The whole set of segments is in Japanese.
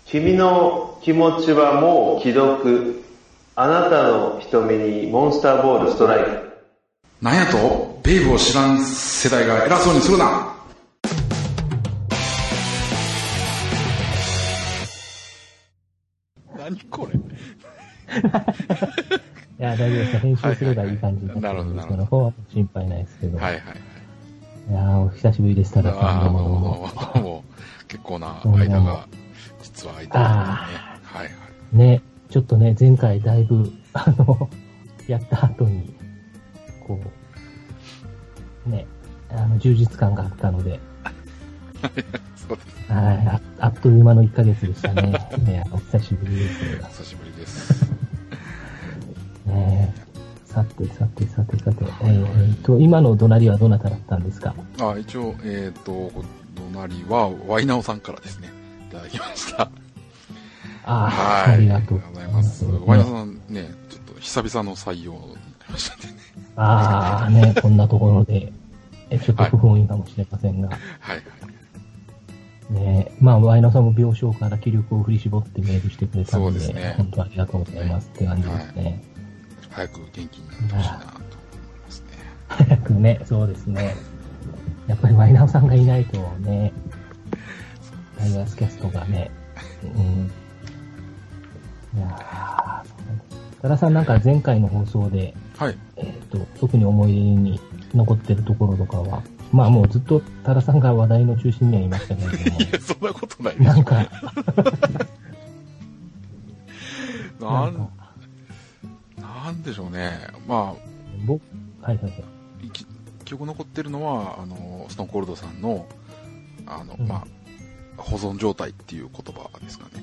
君の気持ちはもう既読。あなたの瞳にモンスターボールストライク。 なんやとベイブを知らん世代が偉そうにするな。何これ。 いや、大丈夫です。編集すればいい感じになるんですけど、方は心配ないですけど。 はいはいはい。 いやー、お久しぶりです。たださん、どうも。 もう結構な間が実は空いてますね。はいはい。 ね、ちょっとね、前回だいぶやった後にこうね、充実感があったので。 そうです。 はい、あっという間の1ヶ月でしたね。ね、お久しぶりです。 久しぶりです。 ね、さて、今の怒鳴りはどなただったんですか？ 一応、怒鳴りは、ワイナオさんからですね、いただきました。 はい。ありがとうございます。ワイナオさんね、ちょっと久々の採用になりましたね。ね、こんなところで、ちょっと不本意かもしれませんが。 はいはい。 ね、まあ、ワイナオさんも病床から気力を振り絞ってメールしてくれたので、 そうですね、 本当ありがとうございますって感じですね。 早く元気になってほしいなと思いますね。 早くね、そうですね。やっぱりワイナオさんがいないとね、タイガースキャストがね、いやー、多田さんなんか前回の放送で、 はい。 特に思い出に残ってるところとかは、まあもうずっと多田さんが話題の中心にはいましたけれども。 いや、そんなことないです。 なんか、 なんでしょうね。まあ、 はい。 記憶残ってるのは、ストーンコールドさんの、まあ、保存状態っていう言葉ですかね。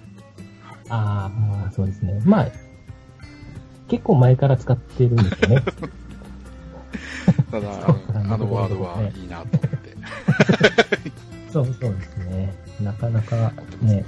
はい、そうですね。まあ、結構前から使ってるんですよね。 ただ、あのワードはいいなと思って。 そうですね。なかなかね、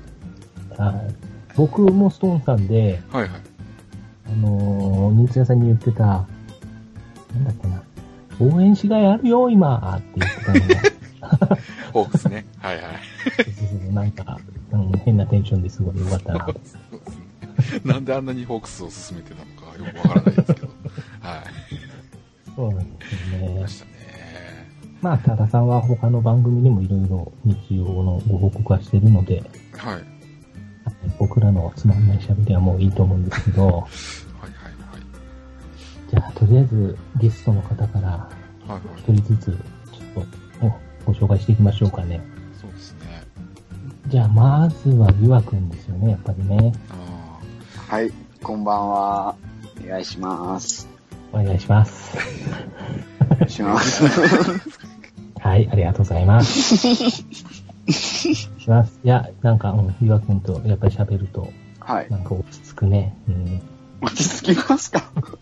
僕もストーンさんで、 はいはい。 新津屋さんに言ってた、なんだっけな、応援しがいあるよ、今って言ってたのが。 ホークスね。はいはい。 そうなんか、変なテンションですごい良かったな。 なんであんなにホークスを進めてたのかよくわからないですけど。はい。 そうなんですよね。 ましたね。 まあ、多田さんは他の番組にもいろいろ日常のご報告はしてるので、 はい。 僕らのつまんない喋りはもういいと思うんですけど、はい。じゃあ、とりあえずゲストの方から一人ずつちょっとご紹介していきましょうかね。 そうですね。 じゃあ、まずはゆわくんですよね、やっぱりね。 はい、こんばんは。お願いします。 お願いします。 お願いします。 はい、ありがとうございます。いや、なんか、ゆわくんとやっぱり喋ると、はい。なんか落ち着くね。 落ち着きますか？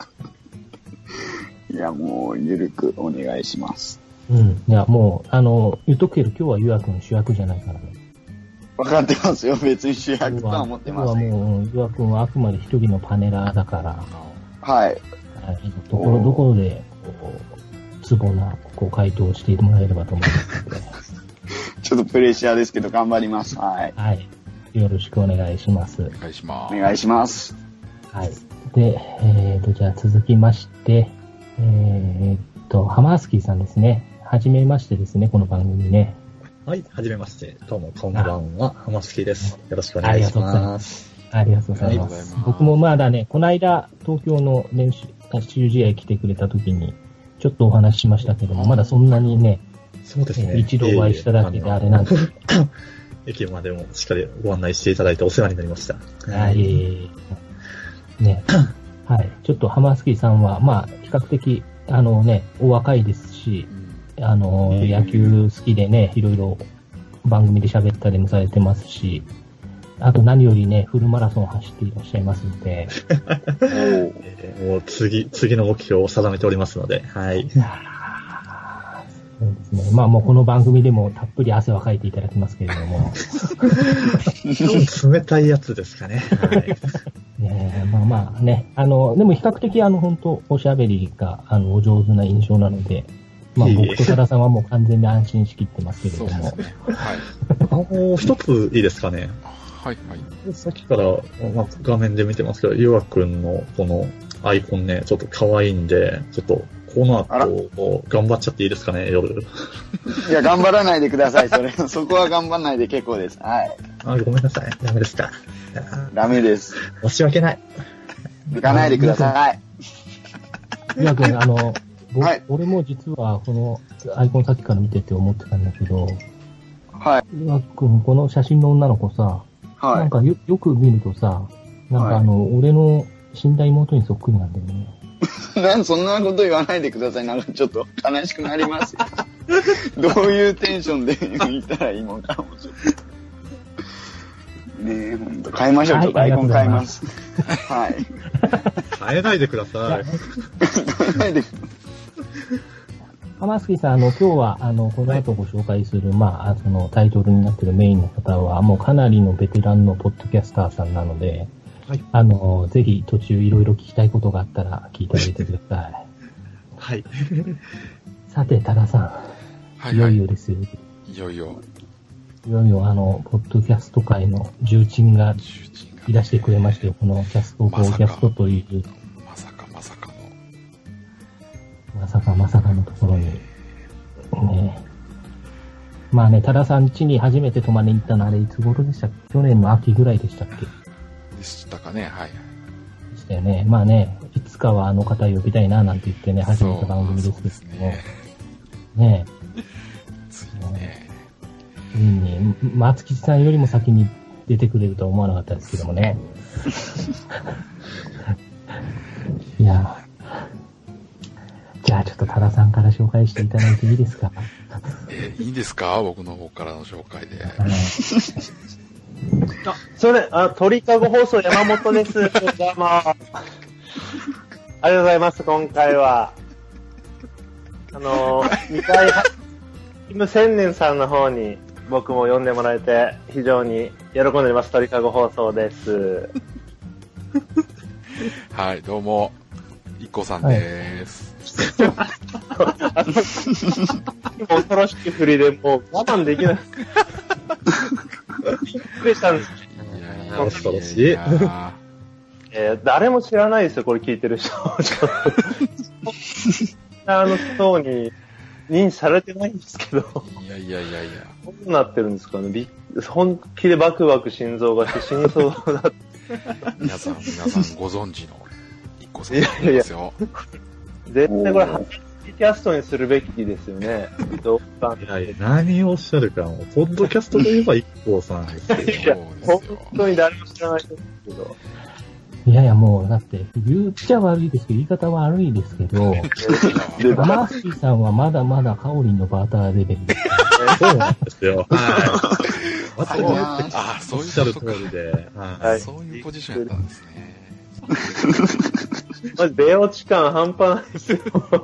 いや、もう、ゆるくお願いします。 いや、もう、言っとくけど、今日はゆわくん主役じゃないからね。 わかってますよ。別に主役とは思ってます。 今日はもう、ゆわくんはあくまで一人のパネラーだから、 はい。 どころで、ツボな、回答をしてもらえればと思いますので。 ちょっとプレッシャーですけど、頑張ります。はい。 はい。よろしくお願いします。 お願いします。 お願いします。 はい。で、じゃあ続きまして、ハマースキーさんですね。はじめましてですね、この番組ね。 はい、はじめまして。どうも、こんばんは。ハマースキーです。よろしくお願いします。 ありがとうございます。僕もまだね、この間、東京の練習試合来てくれた時に、ちょっとお話ししましたけども、まだそんなにね、 そうですね。 一度お会いしただけであれなんです。 駅までもしっかりご案内していただいてお世話になりました。 はい。ね。はい。ちょっとハマースキーさんは、まあ、比較的、お若いですし、野球好きでね、いろいろ番組で喋ったりもされてますし、あと何よりね、フルマラソンを走っていらっしゃいますので。 もう次の目標を定めておりますので、はい。 そうですね。まあもうこの番組でもたっぷり汗はかいていただきますけれども。 冷たいやつですかね。はい。 まあね、でも比較的本当おしゃべりがお上手な印象なので、まあ僕と多田さんはもう完全に安心しきってますけれども。 そうですね。はい。 一ついいですかね。 はいはい。 さっきから、画面で見てますけど、ゆわくんのこのアイコンね、ちょっと可愛いんで、ちょっと、この後、頑張っちゃっていいですかね、夜。 いや、頑張らないでください、そこは頑張らないで結構です。はい。 ごめんなさい。ダメですか。 ダメです。 申し訳ない。 行かないでください。 ゆわくん、 はい、 俺も実はこのアイコンさっきから見てて思ってたんだけど、 はい。 ゆわくん、この写真の女の子さ、 はい。 なんかよく見るとさ、なんか俺の死んだ妹にそっくりなんだよね。 そんなこと言わないでください。なんかちょっと悲しくなりますよ。どういうテンションで見たらいいのかもちょっと。ねえ、ほんと。変えましょう。ちょっとアイコン変えます。はい。 変えないでください。 変えないでください。 浜月さん、今日は、この後ご紹介する、そのタイトルになっているメインの方は、もうかなりのベテランのポッドキャスターさんなので、はい、ぜひ途中いろいろ聞きたいことがあったら聞いてあげてください。 はい。 さて、多田さん。はいはい、いよいよですよ。 いよいよ、 ポッドキャスト界の重鎮がいらしてくれましてよ、このキャストという。 まさかのところに。ね。まあね、多田さん家に初めて泊まりに行ったのあれいつ頃でしたっけ？去年の秋ぐらいでしたっけ？ でしたかね、はい。 でしたよね。まあね、いつかはあの方呼びたいななんて言ってね、始めた番組ですけども。ねついにね。 ついに、松吉さんよりも先に出てくれるとは思わなかったですけどもね。いや、じゃあちょっと多田さんから紹介していただいていいですか？ いいですか？僕の方からの紹介で。 それ、鳥かご放送山本です。どうも。ありがとうございます、今回は。2回、キム千年さんの方に僕も呼んでもらえて、非常に喜んでおります。鳥かご放送です。 はい、どうも、一個さんです。 恐ろしき振りでもう我慢できない。びっくりしたんです。 恐ろしい。 誰も知らないですよ、これ聞いてる人。層に認知されてないんですけど。 いや。 どうなってるんですかね。本気でバクバク心臓がして死にそうだって。 皆さんご存知の一個さんですよ。 絶対これ、キャストにするべきですよね。 何をおっしゃるか、もうポッドキャストといえば一光さんですよ。 本当に誰も知らないですけど。 いや、もう、だって、言っちゃ悪いですけど、言い方は悪いですけど、マーシーさんはまだまだカオリンのバーターレベルです。 そうなんですよ。 そういう通りで、 そういうポジションやったんですね。 まじ、出落ち感半端ないですよ。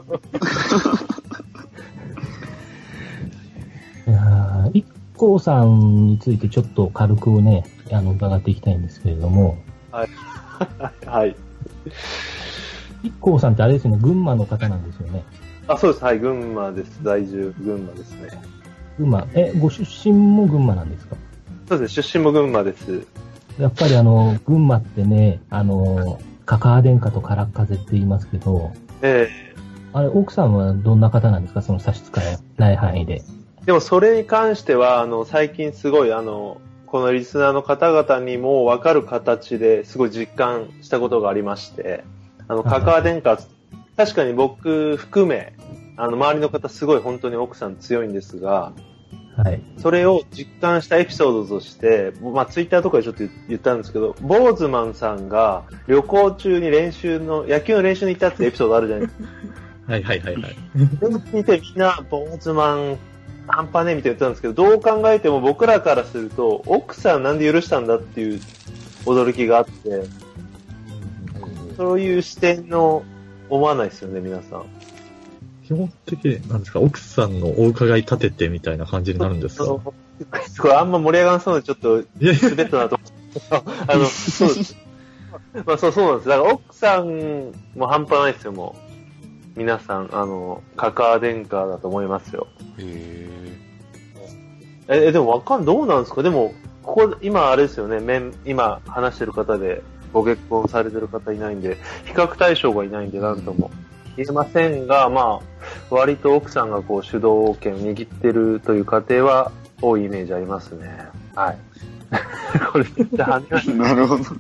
一光さんについてちょっと軽くね、伺っていきたいんですけれども。 はい。はい。 一光さんってあれですよね、群馬の方なんですよね。 そうです。はい、群馬です。在住、群馬ですね。 群馬。ご出身も群馬なんですか？ そうですね、出身も群馬です。 やっぱり群馬ってね、カカア殿下と空っ風って言いますけど、あれ、奥さんはどんな方なんですか？その差し支えない範囲で。 でもそれに関しては、最近すごい、このリスナーの方々にも分かる形ですごい実感したことがありまして、カカア殿下、確かに僕含め、周りの方すごい本当に奥さん強いんですが、 はい。 それを実感したエピソードとして、ツイッターとかでちょっと言ったんですけど、ボーズマンさんが旅行中に野球の練習に行ったってエピソードあるじゃないですか。 はい。 それを聞いてみんな、ボーズマン、半端ねえみたいに言ったんですけど、どう考えても僕らからすると、奥さんなんで許したんだっていう驚きがあって、そういう視点の思わないですよね、皆さん。 基本的に、なんですか、奥さんのお伺い立ててみたいな感じになるんですか？ これあんま盛り上がらそうでちょっと滑ったなと思って。そうです。そうなんです。だから奥さんも半端ないですよ、もう。皆さん、カカア殿下だと思いますよ。 へでもどうなんですか？でも、 今あれですよね、今話してる方でご結婚されてる方いないんで、比較対象がいないんでなんとも言えませんが、まあ、割と奥さんがこう主導権を握ってるという家庭は多いイメージありますね。はい。これめっちゃ跳ねました。 なるほど。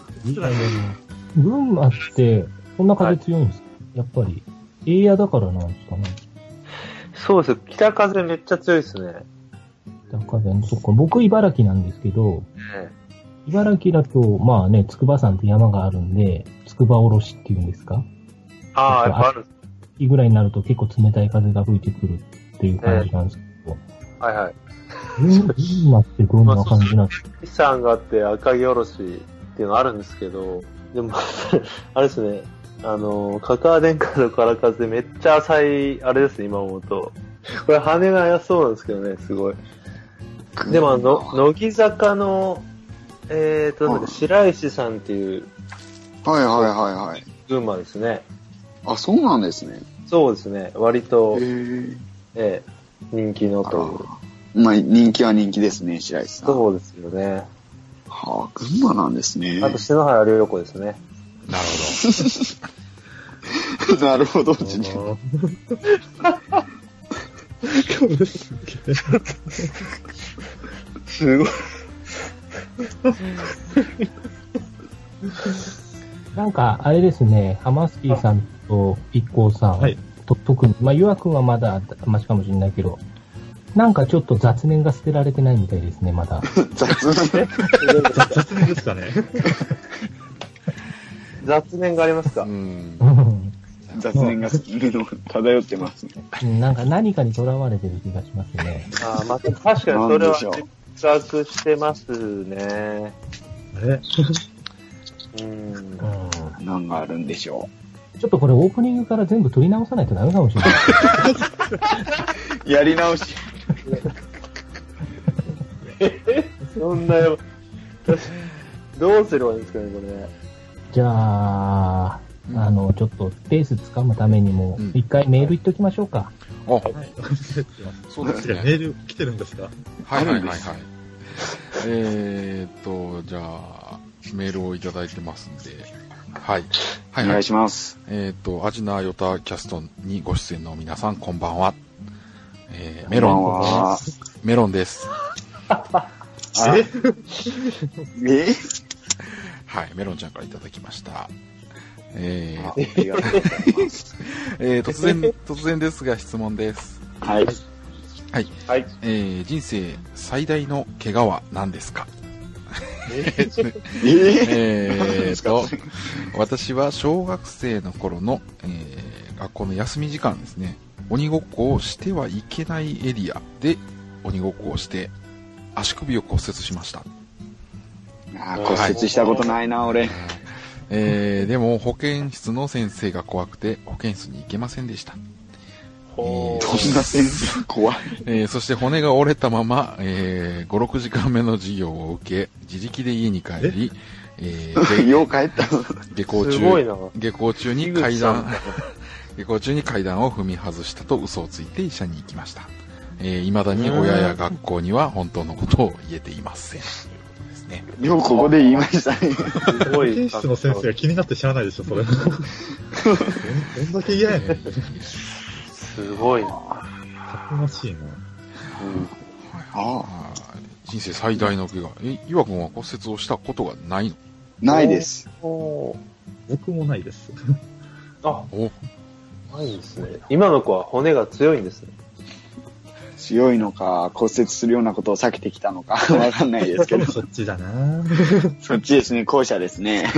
群馬って、そんな風強いんですか、やっぱり。エイヤだからなんですかね。 そうです。北風めっちゃ強いですね。 北風、そっか。僕、茨城なんですけど、 え茨城だと、まあね、筑波山って山があるんで、筑波おろしっていうんですか、 ああ、やっぱある。 いいぐらいになると結構冷たい風が吹いてくるっていう感じなんですけど、 はいはい。 群馬ってどんな感じなんですか？ 富士山があって赤城おろしっていうのあるんですけど、でも、あれですね、カカア電化の空風めっちゃ浅い、あれですね、今思うと。これ羽が怪そうなんですけどね、すごい。でも乃木坂の、白石さんっていうはいはいはいはい。 群馬ですね。 あ、そうなんですね。 そうですね、割と、 へ人気のという。 まあ、人気は人気ですね、白石さん。 そうですよね。 はあ、群馬なんですね。 あと、篠原涼子ですね。 なるなるほど。 すごい。 なんか、あれですね、ハマスキーさんと一行さん、 はい。 特に、まあ、ゆあくんはまだマシかもしれないけど、なんかちょっと雑念が捨てられてないみたいですね、まだ。 雑念雑念ですかね。 雑念がありますか？ ほど。うん。 雑念が漂ってますね。 なんか何かにとらわれてる気がしますね。 ああ、まあ、確かにそれは自覚してますね。 何があるんでしょちょっとこれオープニングから全部撮り直さないとダメかもしれない。 う。やり直し。 そんなよ、どうすればいいんですかね、これ。 じゃあ、ちょっとペースつかむためにも、一回メール言っときましょうか。 あ、そうですね。 メール来てるんですか？ はいはいはいはい。じゃあ、メールをいただいてますんで、はい。はい、 お願いします。 アジナヨタキャストにご出演の皆さん、こんばんは。メロンです。はい、メロンちゃんからいただきました。突然ですが質問です。 はい。 はい。 人生最大の怪我は何ですか？私は小学生の頃の、学校の休み時間ですね、鬼ごっこをしてはいけないエリアで鬼ごっこをして足首を骨折しました。 骨折したことないな、俺。 でも保健室の先生が怖くて保健室に行けませんでした。 どんな先生怖い。 そして骨が折れたまま、5、6時間目の授業を受け、自力で家に帰り、 よう帰った下校中に階段を踏み外したと嘘をついて医者に行きました。未だに親や学校には本当のことを言えていません。 ようここで言いましたね。 すごい。 保健室の先生が気になってしゃあないでしょ、それ。どんだけ嫌やねん。 すごいな。 たくましいな。 人生最大の怪我。岩君は骨折をしたことがないの？ ないです。 僕もないです。 ないですね。今の子は骨が強いんですね。 強いのか、骨折するようなことを避けてきたのか、わかんないですけど。 そっちだな。 そっちですね、後者ですね。 なん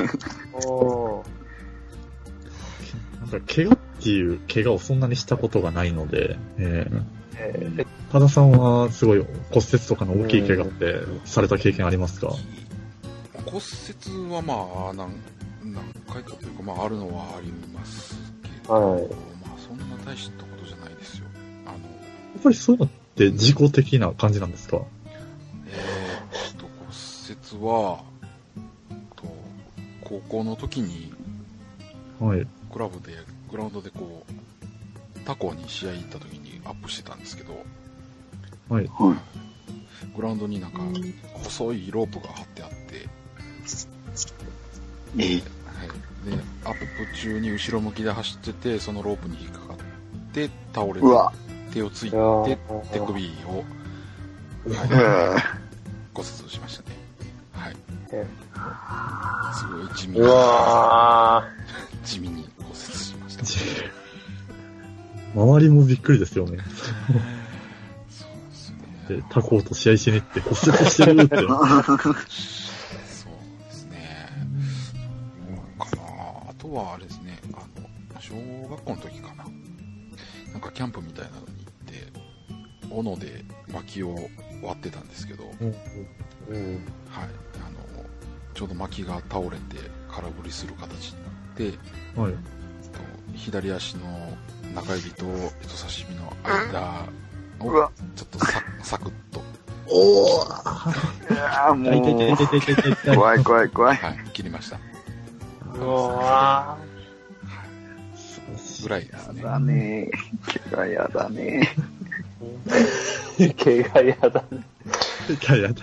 か、怪我っていう怪我をそんなにしたことがないので、多田さんはすごい骨折とかの大きい怪我ってされた経験ありますか？ 骨折はまあ、何回かというか、まあ、あるのはありますけど、まあ、そんな大したことじゃないですよ。 やっぱりそういうのって自己的な感じなんですか？ 骨折は、高校の時に、 はい。 グラウンドでこう、他校に試合行った時にアップしてたんですけど、 はい。 グラウンドになんか細いロープが張ってあって、はい。で、アップ中に後ろ向きで走ってて、そのロープに引っかかって倒れて、手をついて手首を、はい、骨折しましたね。はい。すごい地味に、地味に骨折しました。 周りもびっくりですよね。で、他校と試合しに行って骨折してるって。 そうですね。かなあとはあれですね、小学校の時かな。なんかキャンプみたいなのに行って、斧で薪を割ってたんですけど、はい。ちょうど薪が倒れて空振りする形になって、はい。左足の中指と人差し指の間をちょっとサクッと。 おーもう怖い怖い怖い。 はい、切りました。 うわー。ぐらいですね。 やだねー。怪我やだねー。怪我やだね。 怪我やだ。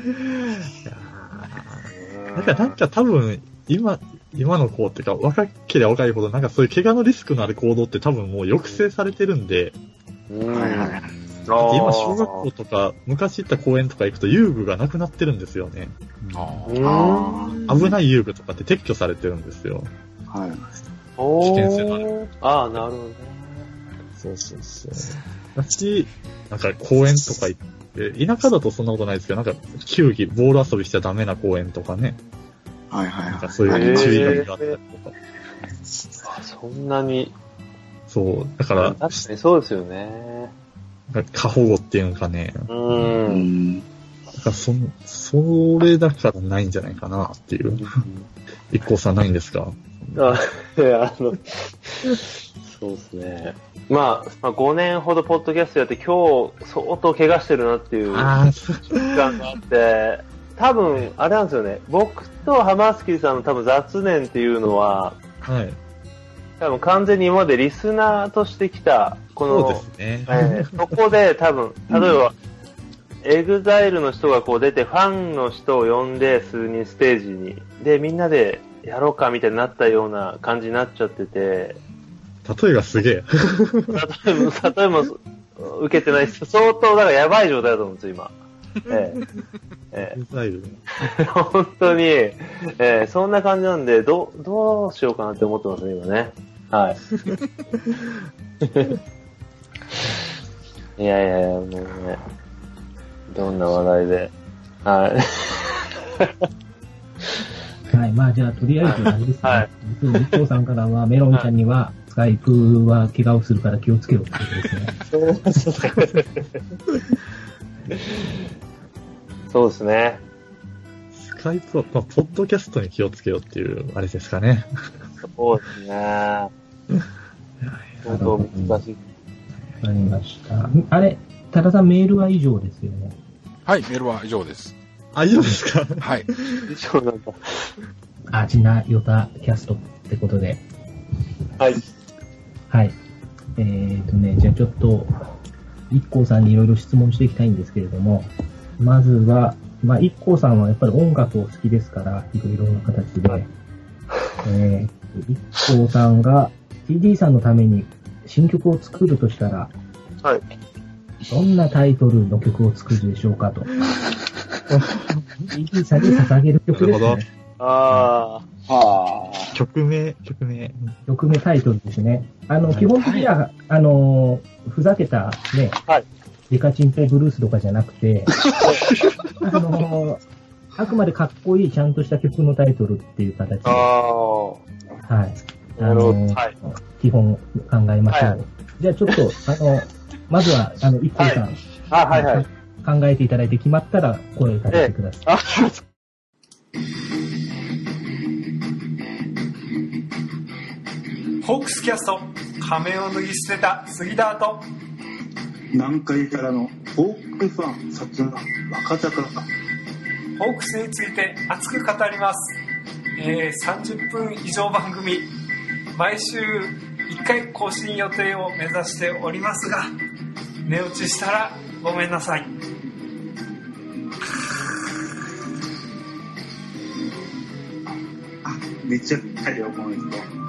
なんか多分、今の子っていうか、若ければ若いほど、なんかそういう怪我のリスクのある行動って多分もう抑制されてるんで、今小学校とか、昔行った公園とか行くと遊具がなくなってるんですよね。危ない遊具とかって撤去されてるんですよ。 はい。 危険性のある。 なるほどね。 そうそうそう。私、なんか公園とか行って、田舎だとそんなことないですけど、なんか球技、ボール遊びしちゃダメな公園とかね。 はいはいはい。 なんかそういう注意書きがあったりとか。 そんなに。 そう、だから。 確かにそうですよね。 過保護っていうのかね。だからそれだからないんじゃないかなっていう。一行さんないんですか？ そうですね。まあ、5年ほどポッドキャストやって今日相当怪我してるなっていう実感があって、多分、あれなんですよね。僕とハマスキーさんの多分雑念っていうのは、はい。多分完全に今までリスナーとしてきた、この、 そうですね。 そこで多分、例えば、エグザイルの人がこう出て、ファンの人を呼んで、数人ステージに。で、みんなでやろうかみたいになったような感じになっちゃってて。 例えがすげえ。 例えも受けてないです。相当、だからやばい状態だと思うんですよ、今。エグザイル本当に、そんな感じなんで、どうしようかなって思ってますね、今ね。はい。いや、もうね、どんな話題で。はい。 はい、まあじゃあ、とりあえずあれですね。はい。日光さんからは、メロンちゃんには、スカイプは怪我をするから気をつけろってことですね。 そうですね。 スカイプは、ポッドキャストに気をつけようっていう、あれですかね。 そうですね。相当難しい。 わかりました。あれ、多田さんメールは以上ですよね。 はい、メールは以上です。 以上ですか？ はい。 以上なんだ。 アジナヨタキャストってことで。 はい。 はい。じゃあちょっと、一光さんにいろいろ質問していきたいんですけれども、まずは、一光さんはやっぱり音楽を好きですから、いろいろな形で、一光さんが TD さんのために新曲を作るとしたら、 はい。 どんなタイトルの曲を作るでしょうかと。TD さんに捧げる曲ですね。なるほど。曲名タイトルですね。基本的には、ふざけたね、はい。デカチンペブルースとかじゃなくて、あくまでかっこいいちゃんとした曲のタイトルっていう形で、はい。はい。基本考えましょう。はい、じゃあちょっと、まずは、一光さん、はい。考えていただいて決まったら声をかけてください。 ホークスキャスト、仮面を脱ぎ捨てた杉田と、 南海からのホークスファン、薩摩、若坂か。 ホークスについて熱く語ります。30分以上番組、毎週1回更新予定を目指しておりますが、寝落ちしたらごめんなさい。 めっちゃ書いてよ、この人。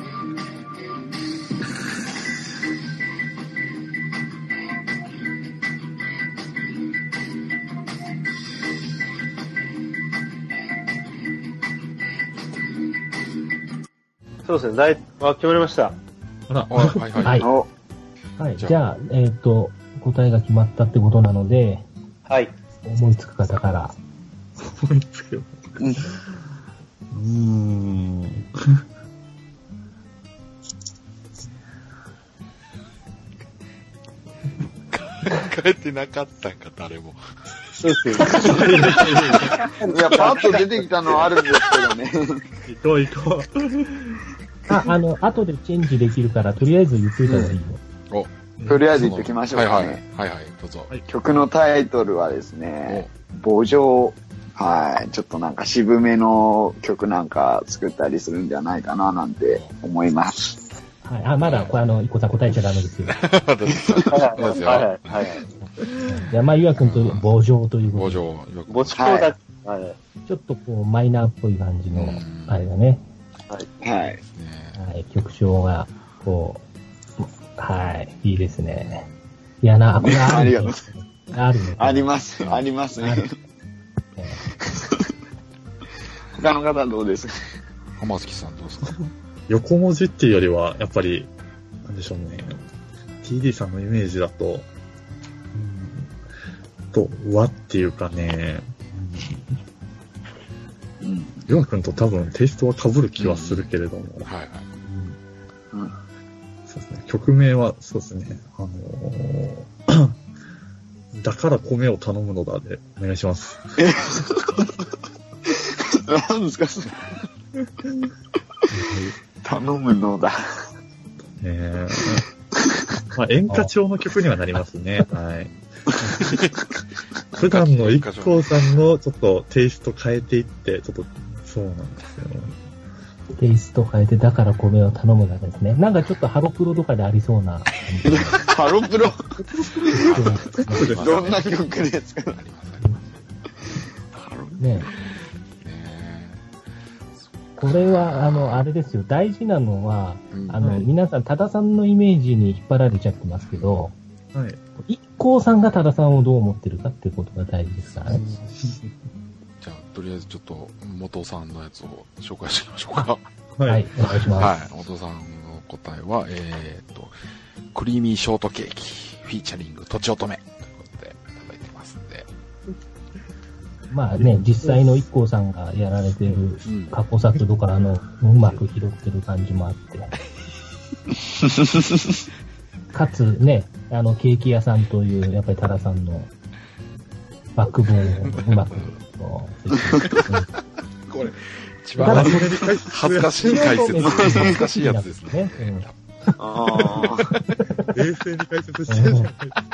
そうですね、決まりました。 あら、 はいはいはい。 はい。 お、 はい。じゃあ、答えが決まったってことなので、 はい。 思いつく方から。 思いつくよ。 帰ってなかったんか、誰も。 そうですよ。 いや、パッと出てきたのはあるんですけどね。 行こう。 後でチェンジできるから、とりあえず言っといた方がいいよ。 お、 とりあえず言っておきましょうかね。 はいはい、どうぞ。 曲のタイトルはですね、墓場。はい。ちょっとなんか渋めの曲なんか作ったりするんじゃないかななんて思います。 はい。まだ、一個さん答えちゃダメですよ。 はい。 山岩くんと墓場ということで。 墓場だ。はい。 ちょっとこう、マイナーっぽい感じの、あれだね。 はい。 はい。曲調が、こう、はい。いいですね。いやな、これあるね。 ありますね。他の方どうですか？ 浜月さんどうですか？ 横文字っていうよりは、やっぱり、なんでしょうね。TD さんのイメージだと、和っていうかね、ヨア君と多分テイストは被る気はするけれども、 はいはい。 そうですね。曲名は、そうですね。だから米を頼むのだで、お願いします。 何ですか頼むのだ。 まあ、演歌調の曲にはなりますね。はい。普段の一光さんのちょっとテイスト変えていって、ちょっと、そうなんですよ。 テイスト変えて、だから米を頼むがですね。なんかちょっとハロプロとかでありそうな。 ハロプロどんな曲ですか？ ねこれは、あれですよ。大事なのは、皆さん、多田さんのイメージに引っ張られちゃってますけど、 はい。 一光さんが多田さんをどう思ってるかっていうことが大事ですからね。 じゃあ、とりあえずちょっと、元さんのやつを紹介してみましょうか。 はい、お願いします。 はい、元さんの答えは、クリーミーショートケーキ、フィーチャリング、とちおとめ、ということで、いただいてますんで。 まあね、実際の一光さんがやられてる過去作とか、うまく拾ってる感じもあって。かつね、ケーキ屋さんという、やっぱり多田さんのバックボーンをうまく、 これ、一番恥ずかしい解説、恥ずかしいやつですね。 冷静に解説してるじゃないですか。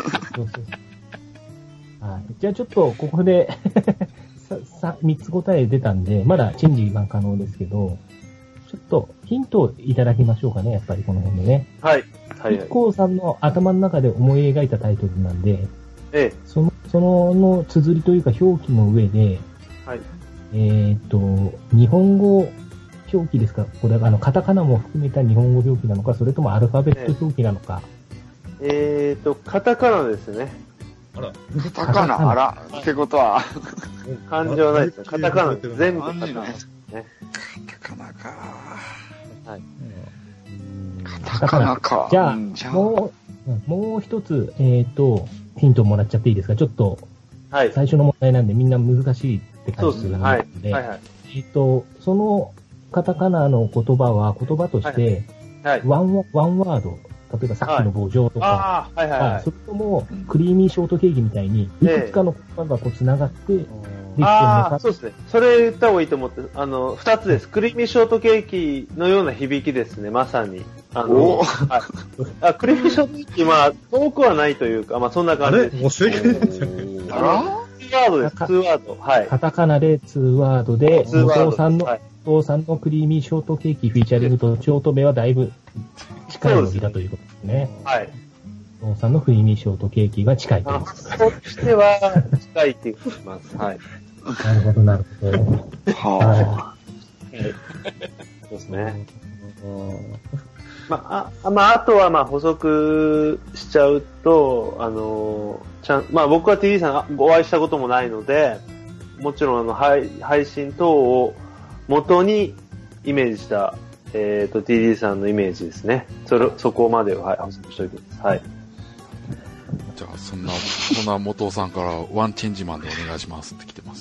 じゃあちょっと、ここで3つ答え出たんで、まだチェンジが可能ですけど、ちょっとヒントをいただきましょうかね、やっぱりこの辺でね。 はい。 一光さんの頭の中で思い描いたタイトルなんで、その綴りというか表記の上で、 はい。 日本語表記ですか？これはカタカナも含めた日本語表記なのか、それともアルファベット表記なのか。 カタカナですね。 あら。 カタカナ、あら。ってことは。 漢字はないですね。カタカナ全部カタカナですね。 カタカナか。 はい。 カタカナか。 じゃあ、もう一つ、ヒントもらっちゃっていいですか？ちょっと、最初の問題なんでみんな難しいって感じなので、そのカタカナの言葉として、ワンワード、例えばさっきの墓場とか、それともクリーミーショートケーキみたいに、いくつかの言葉がこう繋がってできてるのか。 そうですね。それ言った方がいいと思って、二つです。クリーミーショートケーキのような響きですね、まさに。クリーミーショートケーキ、まあ、遠くはないというか、まあ、そんな感じです。 もう正解ですよね。 2ワードです、2ワード。はい。 カタカナで2ワードで、お父さんのクリーミーショートケーキフィーチャリングとちおとめはだいぶ近いのびだということですね。 はい。 お父さんのクリーミーショートケーキが近いということです。 そしては近いって言います。はい。 なるほど、なるほど。 はね。あとは補足しちゃうと、僕は TD さんお会いしたこともないので、もちろん配信等を元にイメージした、TD さんのイメージですね。そこまでを、補足しておきます。はい。 じゃあ、そんな元尾さんからワンチェンジマンでお願いしますって来てます。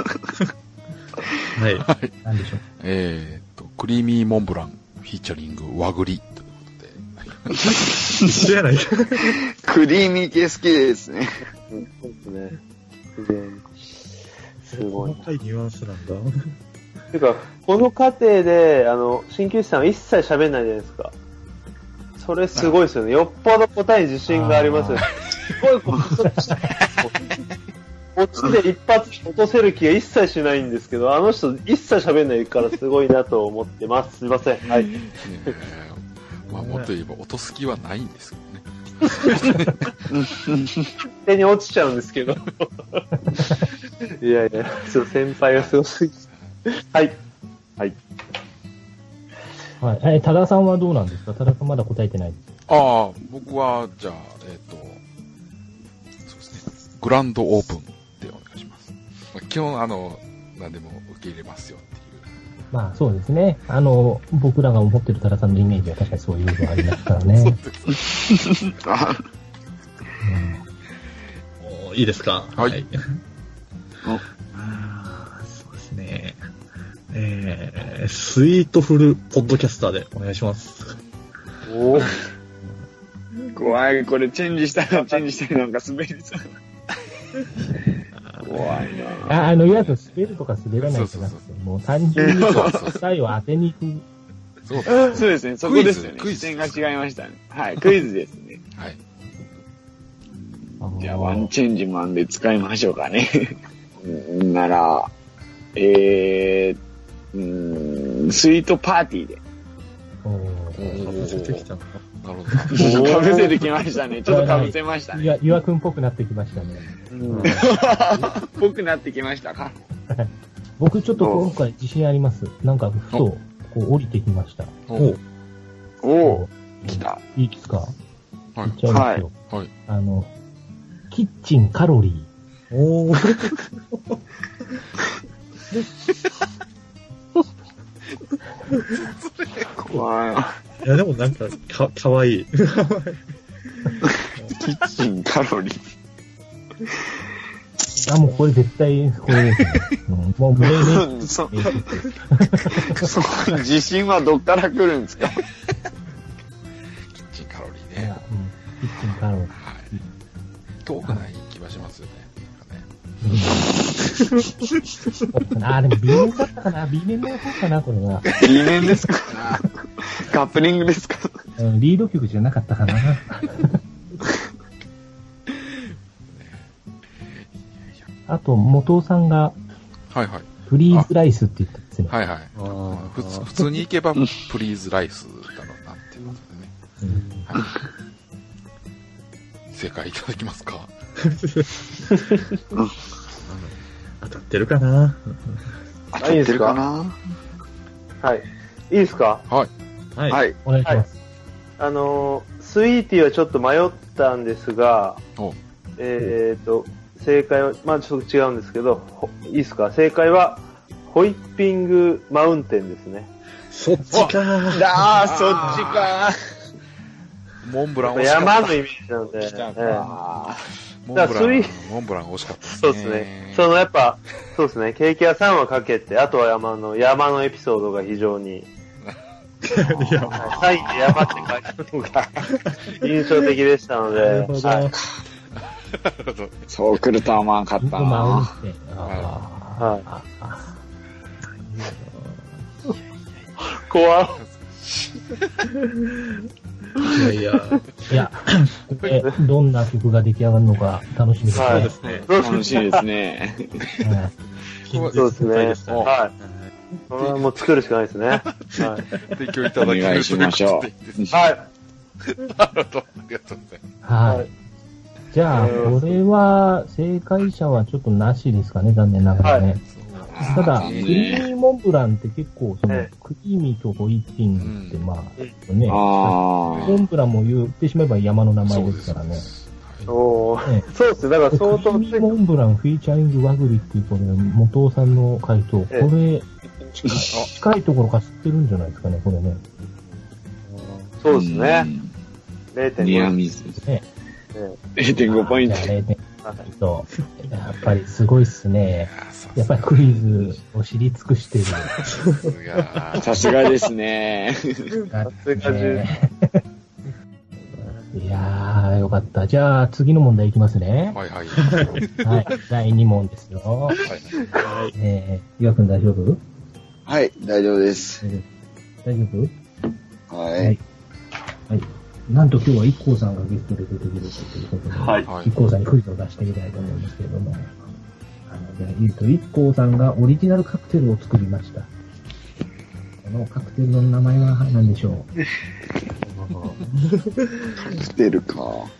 はい。 何でしょう。 クリーミーモンブランフィーチャリング和栗ということで。 知らない。 クリーミー系好きですね。 そうですね。すごい。 細かいニュアンスなんだ。 ていうか、この過程で、鍼灸師さんは一切喋んないじゃないですか。それすごいですよね。よっぽど答えに自信がありますよね。すごいこっちで一発落とせる気が一切しないんですけど、あの人一切喋んないからすごいなと思ってます。すいません。はい。 もっと言えば落とす気はないんですけどね。 手に落ちちゃうんですけど。いや、先輩がすごすぎ。はい。はい。 はい。多田さんはどうなんですか？多田さんまだ答えてないです。 僕は、じゃあ、そうですね。グランドオープンでお願いします。基本、何でも受け入れますよっていう。 まあ、そうですね。僕らが思ってる多田さんのイメージは確かにそういうのがありますからね。そうです。 いいですか？ はい。 そうですね。スイートフルポッドキャスターでお願いします。 お怖い、これチェンジしたらなんか滑りそう。怖いな。 いわゆる滑るとか滑らないじゃなくて、もう単純に答えを当てに行く。 そうですね、そこですよね。視点が違いましたね。はい、クイズですね。 はい。 じゃあ、ワンチェンジマンで使いましょうかね。なら、スイートパーティーで。 出てきたのか。 なるほど。かぶせてきましたね。ちょっとかぶせましたね。 いや、岩くんっぽくなってきましたね。 ぽくなってきましたか？ 僕ちょっと今回自信あります。なんか、ふと、こう降りてきました。 お来た。 いいですか？ はい。 言っちゃいますよ。 はい。 キッチンカロリー。 おー。 怖い。 いや、でもなんか、かわいい。 キッチンカロリー。 もうこれ絶対、これですね。もう無礼ね。 そ自信はどっから来るんですか？ キッチンカロリーね。 キッチンカロリー。 遠くない気はしますよね。 でも B 面だったかな？ B 面の方かなこれは。 B 面ですか？カップリングですか？ リード曲じゃなかったかな。あと、元尾さんが、 はいはい。 フリーズライスって言ったんですね。 はいはい。普通に行けば、フリーズライスだろうなっていうことでね。はい、正解いただきますか？ 当たってるかな？ 当たってるかな？ はい。いいですか？ はい。 はい。 お願いします。 スイーティーはちょっと迷ったんですが、正解は、ちょっと違うんですけど、いいですか？正解は、ホイッピングマウンテンですね。 そっちかー。 そっちかー。モンブラン惜しかった。山のイメージなんで。 モンブラン惜しかったですね。 そうですね。やっぱ、そうですね。ケーキ屋さんはかけて、あとは山のエピソードが非常に、サインで山って書いてあるのが印象的でしたので。 そう来るとは思わんかったな。 怖っ。 いや、どんな曲が出来上がるのか楽しみですね。楽しみですね。 そうですね。はい。これはもう作るしかないですね。はい。 提供いただきお願いしましょう。 はい。 なるほど。ありがとうございます。 はい。じゃあ、これは、正解者はちょっとなしですかね、残念ながらね。 ただ、クリーミーモンブランって結構、クリーミーとホイッピングって、まあ、ね、モンブランも言ってしまえば山の名前ですからね。 そうですね。だから相当クリーミーモンブランフィーチャリング和栗っていう、これ、元尾さんの回答、これ、近いところか知ってるんじゃないですかね、これね。 そうですね。0.5。 ニアミスですね。0.5ポイント。 やっぱりすごいっすね。やっぱりクイズを知り尽くしてる。 さすがですね。 さすがね。 いやー、よかった。じゃあ、次の問題いきますね。 はいはい。 はい、第2問ですよ。はい。岩くん大丈夫？ はい、大丈夫です。 大丈夫？ はい。 はい。なんと今日はIKKOさんがゲストで出てくれたということで、はい。IKKOさんにクイズを出してみたいと思うんですけれども、IKKOさんがオリジナルカクテルを作りました。このカクテルの名前は何でしょう？ カクテルか。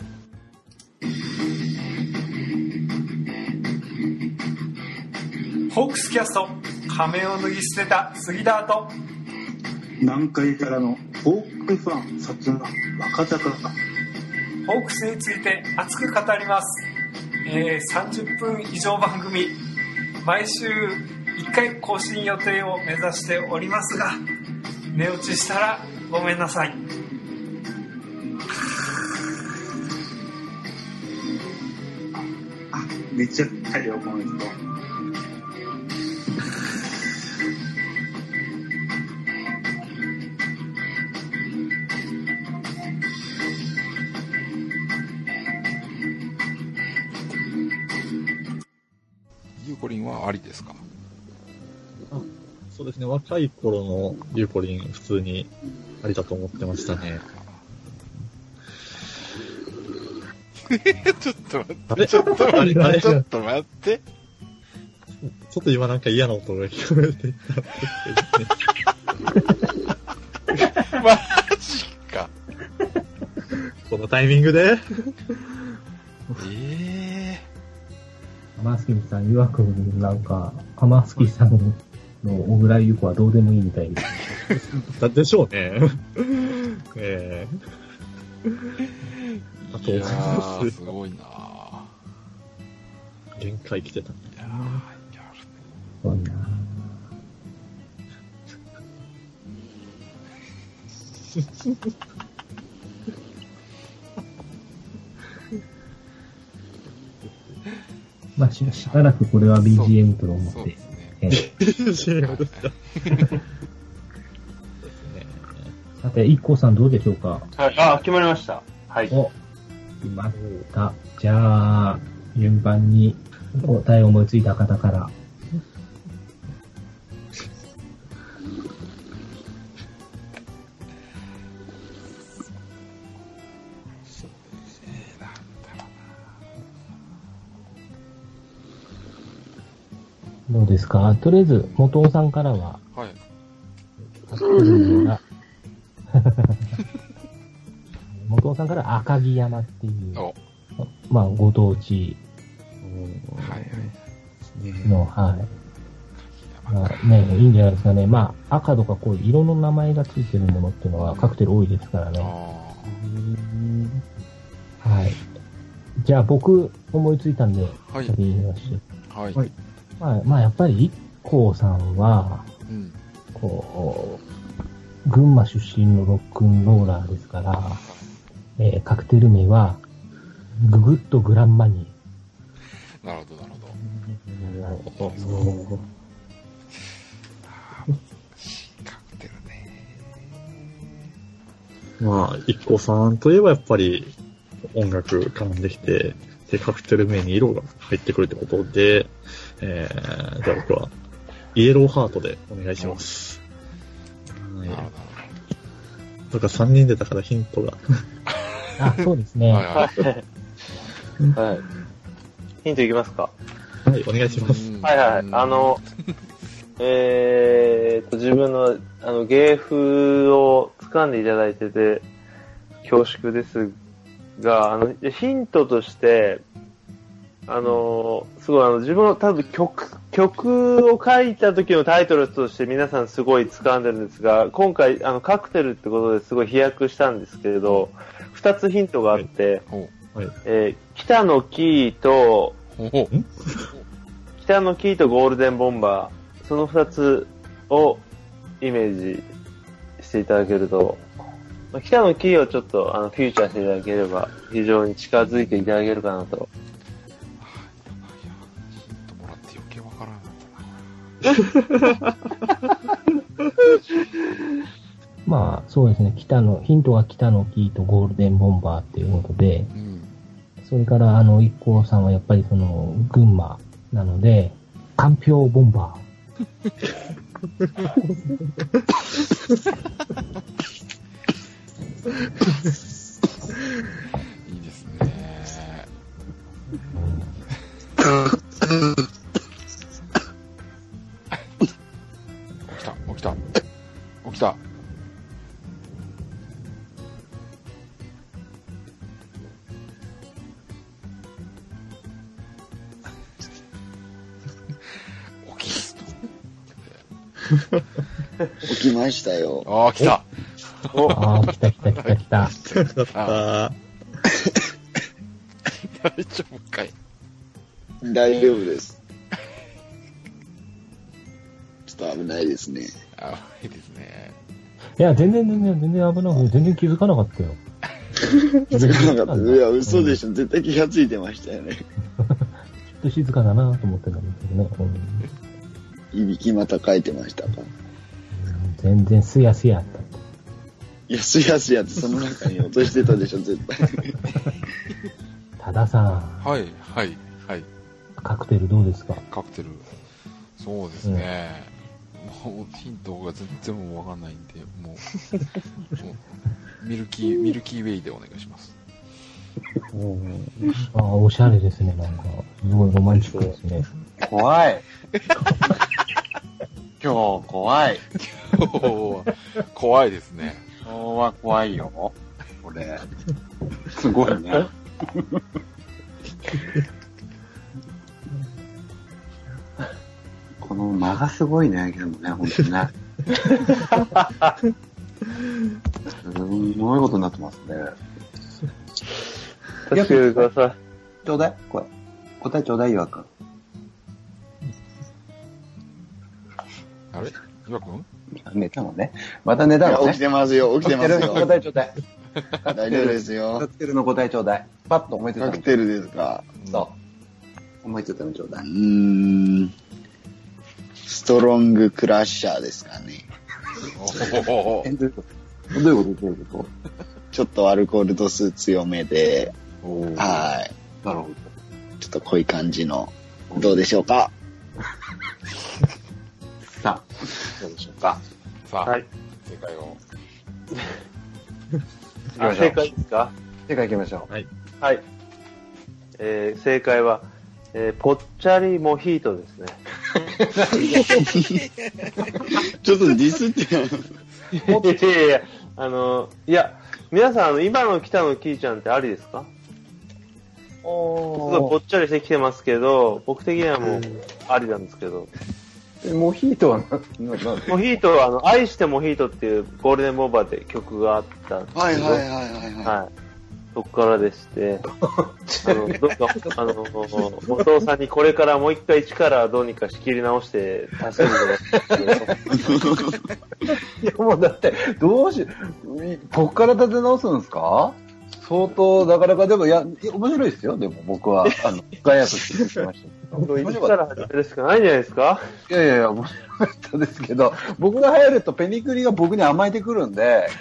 ホークスキャスト、仮面を脱ぎ捨てた杉田と南海からのホークファン薩摩若坂がホークスについて熱く語ります。30分以上番組、毎週1回更新予定を目指しておりますが、寝落ちしたらごめんなさい。 めっちゃ大量この人。 ゆうこりんはありですか？ そうですね、若い頃のゆうこりん、普通にありだと思ってましたね。 ちょっと待って。ちょっと待って。ちょっと待って。 ちょっと今なんか嫌な音が聞こえてきた。 マジか。 このタイミングで浜月さん、岩くんなんか、浜月さんの小倉優子はどうでもいいみたいです。 だでしょうね。あと、 すごいな限界来てた。 すごいなまあ、しばらくこれは BGM と思って。 BGM ですか。 さて、IKKOさんどうでしょうか？ はい、決まりました。はい。 決まった。じゃあ、順番に答えを思いついた方から。どうですか？とりあえず、元尾さんからは。 はい。 元尾さんから赤城山っていう、まあ、ご当地の、はい。まあね、いいんじゃないですかね。まあ、赤とかこういう色の名前がついてるものっていうのはカクテル多いですからね。はい。じゃあ僕思いついたんで、先に言いまして。 はい。 まあ、やっぱりIKKOさんは、こう、群馬出身のロックンローラーですから、カクテル名は、ググッとグランマニー。なるほど、なるほど。カクテルね。 まあ、IKKOさんといえばやっぱり音楽絡んできて、で、カクテル名に色が入ってくるってことで、じゃあ僕は、イエローハートでお願いします。なるほど。なんか3人出たからヒントが。 あ、そうですね。 はい。ヒントいきますか？ はい、お願いします。 はいはい。自分の、芸風を掴んでいただいてて、恐縮ですが、ヒントとして、 すごい自分の多分曲を書いた時のタイトルとして皆さんすごい掴んでるんですが、今回カクテルってことですごい飛躍したんですけれど、2つヒントがあって、北のキーとゴールデンボンバー、その2つをイメージしていただけると、北のキーをちょっとフューチャーしていただければ非常に近づいていただけるかなと。 まあ、そうですね。ヒントは北のキーとゴールデンボンバーっていうことで、それから、一行さんはやっぱり群馬なので、かんぴょうボンバー。 いいですね。起きた。 起きましたよ。 ああ、来た。 来た。 大丈夫かい？ 大丈夫です。ちょっと危ないですね。 危ないですね。 いや、全然危なくて、全然気づかなかったよ。 気づかなかった。いや、嘘でしょ。絶対気がついてましたよね。 ちょっと静かだなと思ってたんですけどね。 いびきまた書いてましたか？ 全然すやすやだった。 いや、すやすやってその中に落としてたでしょ、絶対。 多田さん。 はい。 カクテルどうですか？ カクテル。そうですね。もうヒントが全然もうわかんないんで、もうミルキーウェイでお願いします。 おしゃれですね、なんか。すごいロマンチックですね。 怖い。今日怖い。 怖いですね。 今日は怖いよ。これ。すごいね。この間がすごいね、でもね、ほんとね。すごいことになってますね。 助けてください。 ちょうだいこれ。答えちょうだい、岩くん。 あれ岩くん寝たのね。また寝たのね。 起きてますよ。 答えちょうだい。 大丈夫ですよ。 カクテルの答えちょうだい。パッと思いついたの。 カクテルですか？ そう。思いついたのちょうだい。 ストロングクラッシャーですかね。 どういうことちょっとアルコール度数強めで、はい。 なるほど。 ちょっと濃い感じの、どうでしょうか？ さあ、どうでしょうか？ さあ、 はい、 正解を。 正解ですか？ 正解いきましょう。 はい。 はい。正解は、ぽっちゃりモヒートですね。 ちょっとディスっていや、皆さん、今の北野キーちゃんってありですか？すごいぽっちゃりしてきてますけど、僕的にはもう、ありなんですけど。 モヒートはモヒートは、愛してモヒートっていうゴールデンボンバーで曲があったんですけど。 はい。 はい。そこからでして、どうか、お父さんにこれからもう一回一からどうにか仕切り直して助けてください。 いや、もうだって、こっから立て直すんですか？相当、なかなかでも、いや、面白いですよ、でも僕は、ガヤとして言ってましたけど。 一から始めるしかないんじゃないですか？ いや、面白かったですけど、僕が入るとペニクリが僕に甘えてくるんで、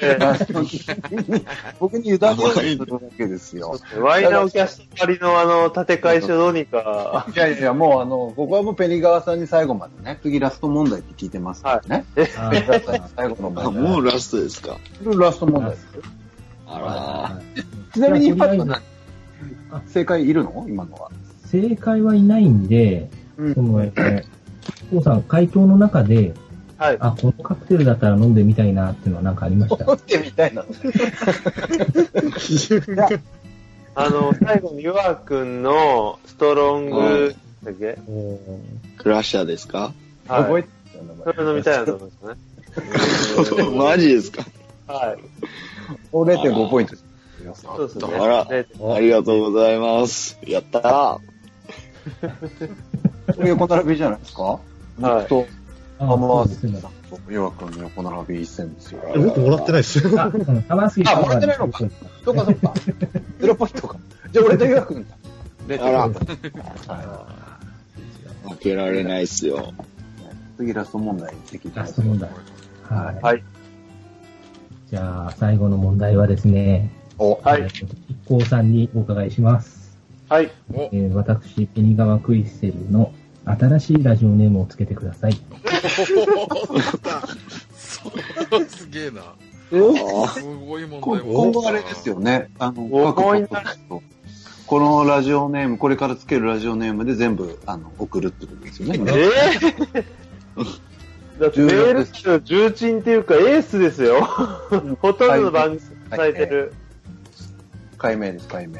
僕に委ねようとするわけですよ。 ワイナオキャスト狩りの建て替え書どうにか。 いや、もう僕はもうペニ川さんに最後までね、次ラスト問題って聞いてますからね。ペニ川さんに最後の問題。 もうラストですか？ ラスト問題です。 あら。 ちなみに、正解いるの？今のは。 正解はいないんで、おさん、回答の中で、 はい。 このカクテルだったら飲んでみたいなっていうのは何かありました？ 飲んでみたいな。 最後にユア君のストロング、だっけクラッシャーですか？ はい。 覚えてそれ飲みたいなと思いますね。 マジですか？ はい。 0.5 ポイントです。 そうですね。 あら、ありがとうございます。やったー。 これ横並びじゃないですか？ はい僕と、 そうですね。 ヨア君の横並び一戦ですよ。 僕もらってないですよ。 玉杉さんはもらってないのか。そっかそっか。0ポイントか。じゃあ俺とヨア君だ。 あら、 は負けられないっすよ。 い。次ラスト問題できラスト問題。はい。 はい。 じゃあ、最後の問題はですね、 はい。 一行さんにお伺いします。 はい。 私、ペニガワクイッセルの新しいラジオネームをつけてください。 すげえな。すごい問題今後あれですよね。各重いなこのラジオネーム、これからつけるラジオネームで全部、送るってことですよね。 だってメール数の重鎮っていうかエースですよ。ほとんどの番組されてる。 解明です、解明。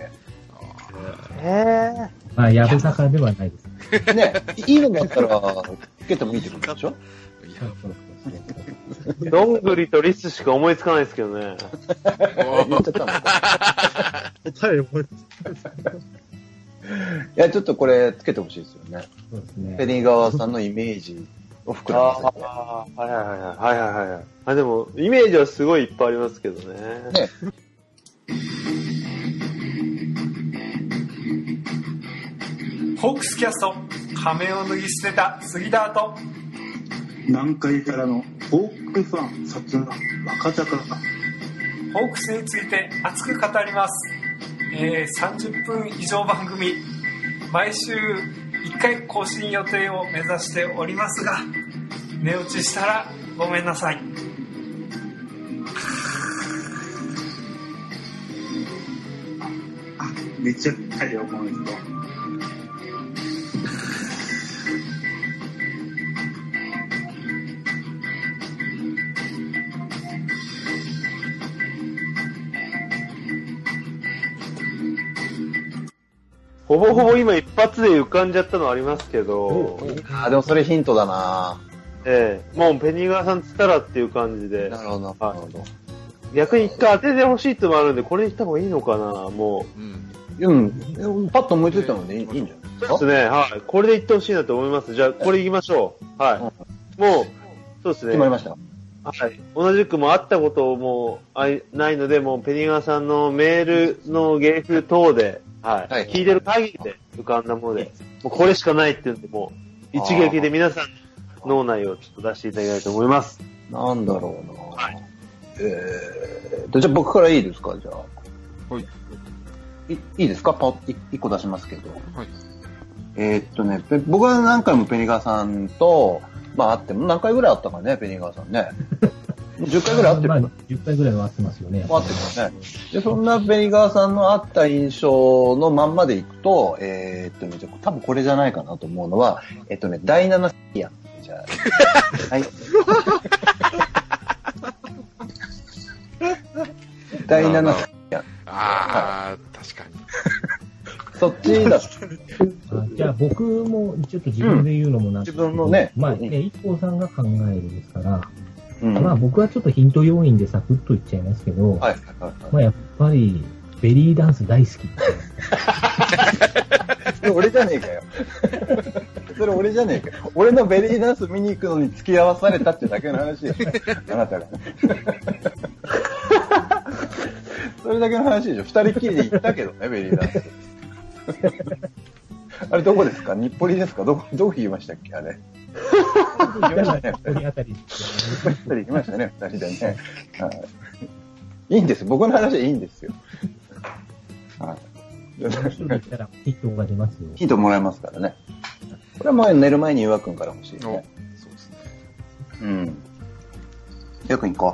まあ、やぶさかではないです。 ね、いいのだったら、つけてもいいってことでしょ？ どんぐりとリスしか思いつかないですけどね。 言っちゃったの？ 答え覚えていや、ちょっとこれつけてほしいですよね。 そうですね。 ペニー川さんのイメージを膨らませて。 はいはいはい。あ、でも、イメージはすごいいっぱいありますけどね。 ね。 ホークスキャスト、仮面を脱ぎ捨てた杉田と、 南海からのホークファン、薩摩、若坂が、 ホークスについて熱く語ります。30分以上番組、毎週1回更新予定を目指しておりますが、寝落ちしたらごめんなさい。 めっちゃ深いよ、この人。 ほぼほぼ今一発で浮かんじゃったのありますけど、 でもそれヒントだなもうペニーガーさんつったらっていう感じで。 なるほど、なるほど。 逆に一回当ててほしいってのもあるんで、これにした方がいいのかな、もう。パッと思いついたのでいいんじゃないですか？ そうですね、はい。これで言ってほしいなと思います。じゃあ、これ行きましょう。はい。もう、そうですね。 決まりました。 はい。同じくもう会ったこともないので、もうペニーガーさんのメールの芸風等で、はい。聞いてる限りで浮かんだもので、もうこれしかないっていうんで、もう一撃で皆さんの脳内をちょっと出していただきたいと思います。 なんだろうな。はい。じゃあ僕からいいですか？じゃあ。はい。いいですか？一個出しますけど。はい。僕は何回もペニガーさんと、会っても何回ぐらい会ったかね、ペニガーさんね。10回ぐらい会ってる。 10回ぐらいは会ってますよね。 会ってますね。で、そんなペニガーさんの会った印象のまんまでいくと、多分これじゃないかなと思うのは、第7セアン。じゃあ、はい。第7セアン。 確かに。 そっちだ。 じゃあ僕もちょっと自分で言うのもなんですけど、 自分のね。 一光さんが考えるですから、僕はちょっとヒント要因でサクッと言っちゃいますけど、やっぱりベリーダンス大好き。 それ俺じゃねえかよ。それ俺じゃねえかよ。俺のベリーダンス見に行くのに付き合わされたってだけの話よ。あなたが。それだけの話でしょ。二人きりで行ったけどね、ベリーダンス。あれどこですか？日暮里ですか？どこ行きましたっけあれ。行きましたね。二人行きましたね、二人でね。いいんです。僕の話はいいんですよ。 ヒントが出ますよ。 ヒントもらえますからね。これはもう寝る前にゆうわくんから欲しいね。そうですね。うん。ゆうわくん行こ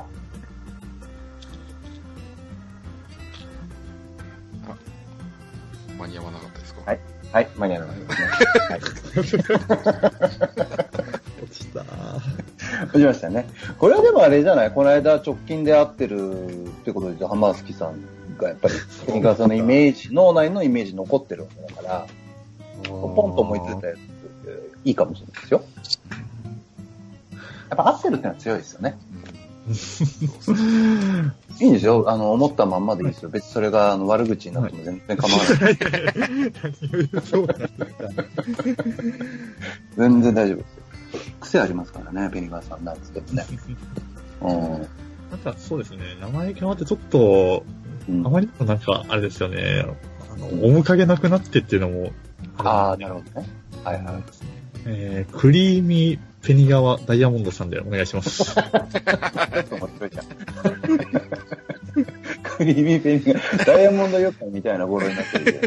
う。間に合わなかったですか？ はい。はい、間に合わなかったですね。 落ちた。 落ちましたね。これはでもあれじゃない？この間直近で会ってるってことで、浜好きさんがやっぱり、ペニガワさんのイメージ、脳内のイメージ残ってるわけだから、ポンと思いついたやつ、いいかもしれないですよ。やっぱアクセルってのは強いですよね。いいんですよ。思ったまんまでいいですよ。別にそれが悪口になっても全然構わない。全然大丈夫ですよ。癖ありますからね、ペニガワさんなんですけどね。 なんかそうですね、名前変わってちょっと、あまりにもなんか、あれですよね、面影なくなってっていうのも。 ああ、なるほどね。はいはい。 クリーミーペニガワダイヤモンドさんでお願いします。 クリーミーペニガワダイヤモンドヨッカみたいな語呂になってる。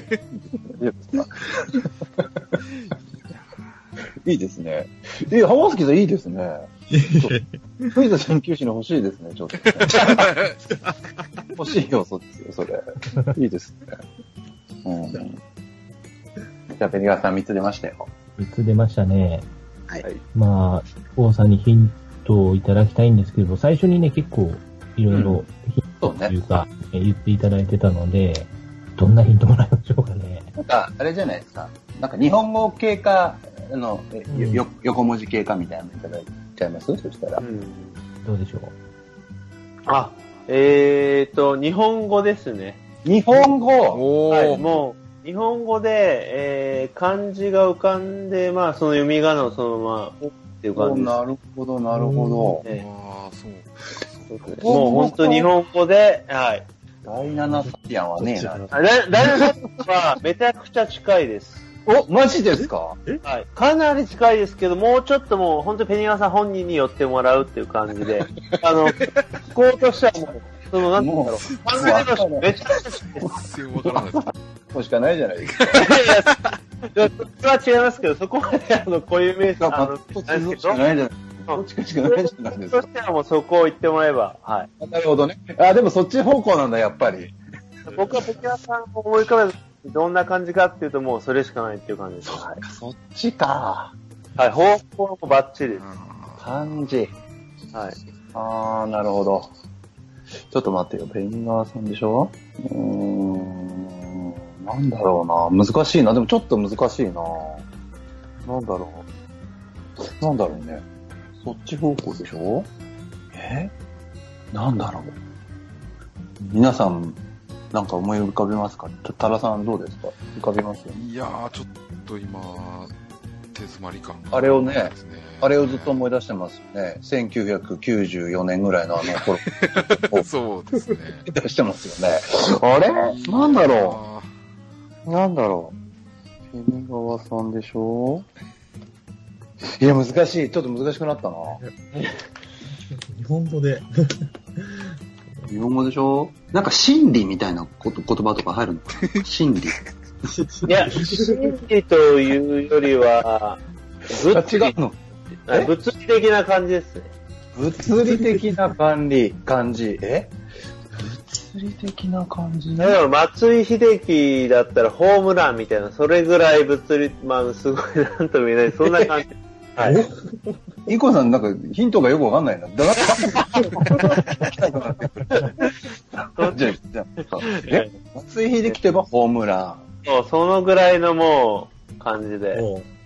いいですね。浜崎さんいいですね。クイズ研究士の欲しいですね、ちょっと。欲しい要素ですよ、それ。いいですね。じゃあ、ペニガワさん3つ出ましたよ。 3つ出ましたね。 はい。 まあ、王さんにヒントをいただきたいんですけど、最初にね、結構、いろいろヒントというか、言っていただいてたので、どんなヒントもらいましょうかね。 なんか、あれじゃないですか。なんか、日本語系か、横文字系かみたいなのいただいちゃいます？そしたら。 どうでしょう。 あ、日本語ですね。 日本語はい、もう、日本語で、漢字が浮かんで、まあ、その読み仮名をそのまま、っていう感じです。 なるほど、なるほど。 ああ、そう。 もう本当日本語で、はい。 第7サティアンはねえな。 第7サティアンはめちゃくちゃ近いです。 お、マジですか？ はい。かなり近いですけど、もうちょっともう、本当にペニガワさん本人に寄ってもらうっていう感じで、聞こうとしてはもう、その、なんて言うんだろう。考えとしてめちゃくちゃ近いです。 全然わからないです。 そうしかないじゃないですか。 いや、それは違いますけど、そこまで固有名詞なんですけど、 しかないじゃない。どっちかしかないじゃないですか。 そしてはもうそこを言ってもらえば、はい。 なるほどね。あ、でもそっち方向なんだ、やっぱり。 僕はペニガワさんを思い浮かべるどんな感じかっていうともうそれしかないっていう感じです。 はい、そっちか。 はい、方向もバッチリです。 漢字。 はい。 あー、なるほど。ちょっと待ってよ。ペニガワさんでしょ？なんだろうな。難しいな。でもちょっと難しいな。なんだろう。なんだろうね。そっち方向でしょ？なんだろう。皆さん、なんか思い浮かべますか？タラさんどうですか？浮かべますよね。 いやー、ちょっと今、手詰まり感が、 あれをね、あれをずっと思い出してますよね。1994年ぐらいの頃。 そうですね。 出してますよね。あれなんだろう。なんだろう。ペニガワさんでしょ？いや、難しい。ちょっと難しくなったな。 日本語で。 日本語でしょ？なんか心理みたいな言葉とか入るのかな？心理。 いや、心理というよりは、 違うの？ 物理的な感じですね。 物理的な感じ。物理的な感じね。 だから松井秀喜だったらホームランみたいな、それぐらい物理、まあすごいなんとも言えない、そんな感じ。はい。 イコさんなんかヒントがよくわかんないな。だ松井秀喜といえばホームラン。 そう、そのぐらいのもう感じで。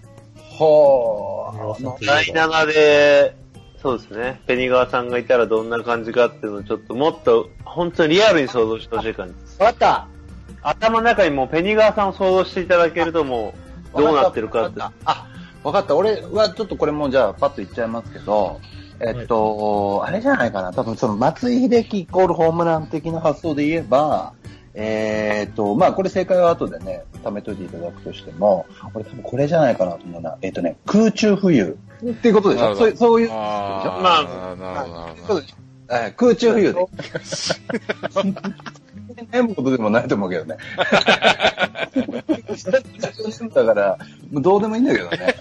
はぁ。 第7で、そうですね。ペニガワさんがいたらどんな感じかっていうのをちょっともっと本当にリアルに想像してほしい感じです。 わかった。 頭の中にもうペニガワさんを想像していただけるともうどうなってるかって。 わかった。俺はちょっとこれもじゃあパッと言っちゃいますけど、あれじゃないかな。多分その松井秀喜イコールホームラン的な発想で言えば、まあこれ正解は後でね、貯めといていただくとしても、俺多分これじゃないかなと思うな。空中浮遊っていうことでしょ？そういう。 まあ、なるほど。 空中浮遊で。変なことでもないと思うけどね。だから、どうでもいいんだけどね。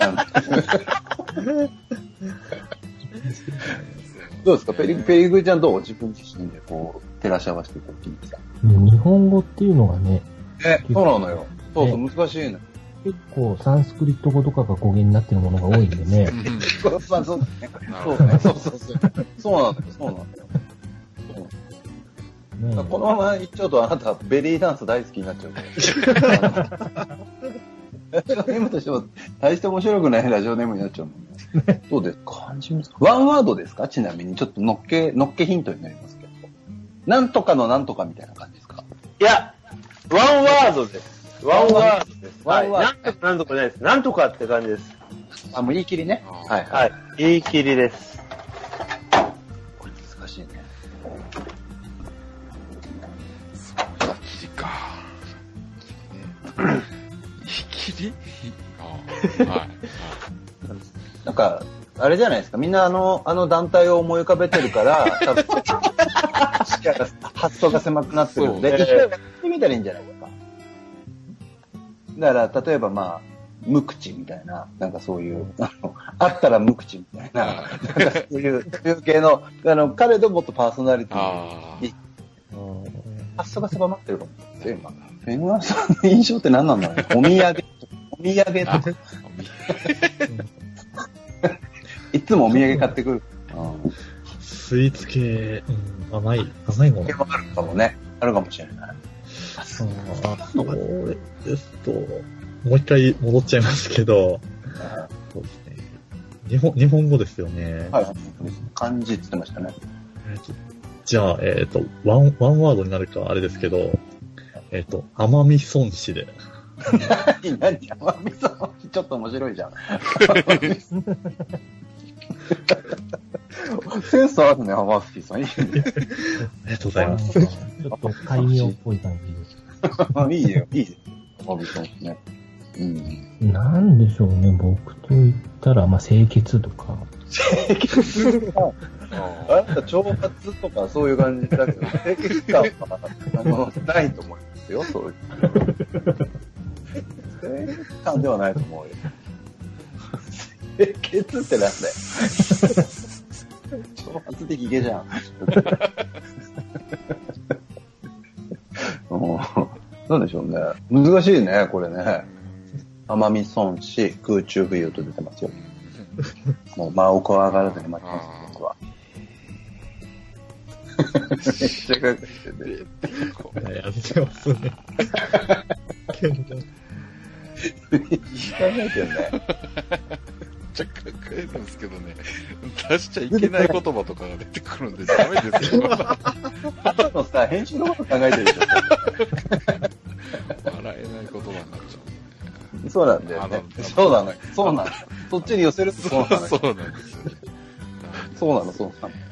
どうですかペリグリちゃんどう？自分自身でこう、照らし合わせてこう聞いてた。 日本語っていうのがね。 そうなのよ。そうそう、難しいの。 結構、サンスクリット語とかが語源になってるものが多いんでね。 そうね。そうなんだよ。 このまま行っちゃうとあなたベリーダンス大好きになっちゃうから。ラジオネームとしては大して面白くないラジオネームになっちゃうもんね。どうですか？ワンワードですか？ちなみにちょっとのっけヒントになりますけど。なんとかのなんとかみたいな感じですか？ いや、ワンワードです。ワンワードです。はい。なんとかなんとかじゃないです。なんとかって感じです。 あ、もう言い切りね。 はいはい。言い切りです。 これ難しいね。 そう、言い切りか。言い切り？はい。 なんか、あれじゃないですか。みんなあの団体を思い浮かべてるから、多分発想が狭くなってるんで、一回やってみたらいいんじゃないですか。だから、例えばまあ、無口みたいな、なんかそういう、あったら無口みたいな、なんかそういう系の、彼ともっとパーソナリティ発想が狭まってるかもしれない。今。フェンワーさんの印象って何なんだろうね。お土産とか。いつもお土産買ってくる。 スイーツ系、甘いもの。 系もあるかもね。あるかもしれない。 そうですと、もう一回戻っちゃいますけど、そうですね。日本語ですよね。 はい、漢字って言ってましたね。 じゃあ、ワンワードになるかあれですけど、奄美孫子で。 何奄美孫子ちょっと面白いじゃん。センスあるね、奄美さん。いいね。 ありがとうございます。 ちょっと海名っぽい感じです。 いいよ、いいです。奄美さんね。 なんでしょうね、僕と言ったら、まあ、清潔とか。 清潔か。あなた、長髪とかそういう感じだけど、清潔感は、ないと思いますよ、そういう。清潔感ではないと思うよ。清潔ってなんだよ。長髪でヒゲじゃん。なんでしょうね。難しいね、これね。奄美孫子、空中浮遊と出てますよ。もう間を怖がらずに待ちます、僕は。めっちゃかかってね。やってますね。 考えてるね。 めっちゃ考えるんですけどね。出しちゃいけない言葉とかが出てくるんでダメですよ。 あとのさ、編集のこと考えてるでしょ。 笑えない言葉になっちゃう。 そうなんだよね。そうなのよ。そうなの。そっちに寄せるとそうなのよ。 そうなんですよね。 そうなの。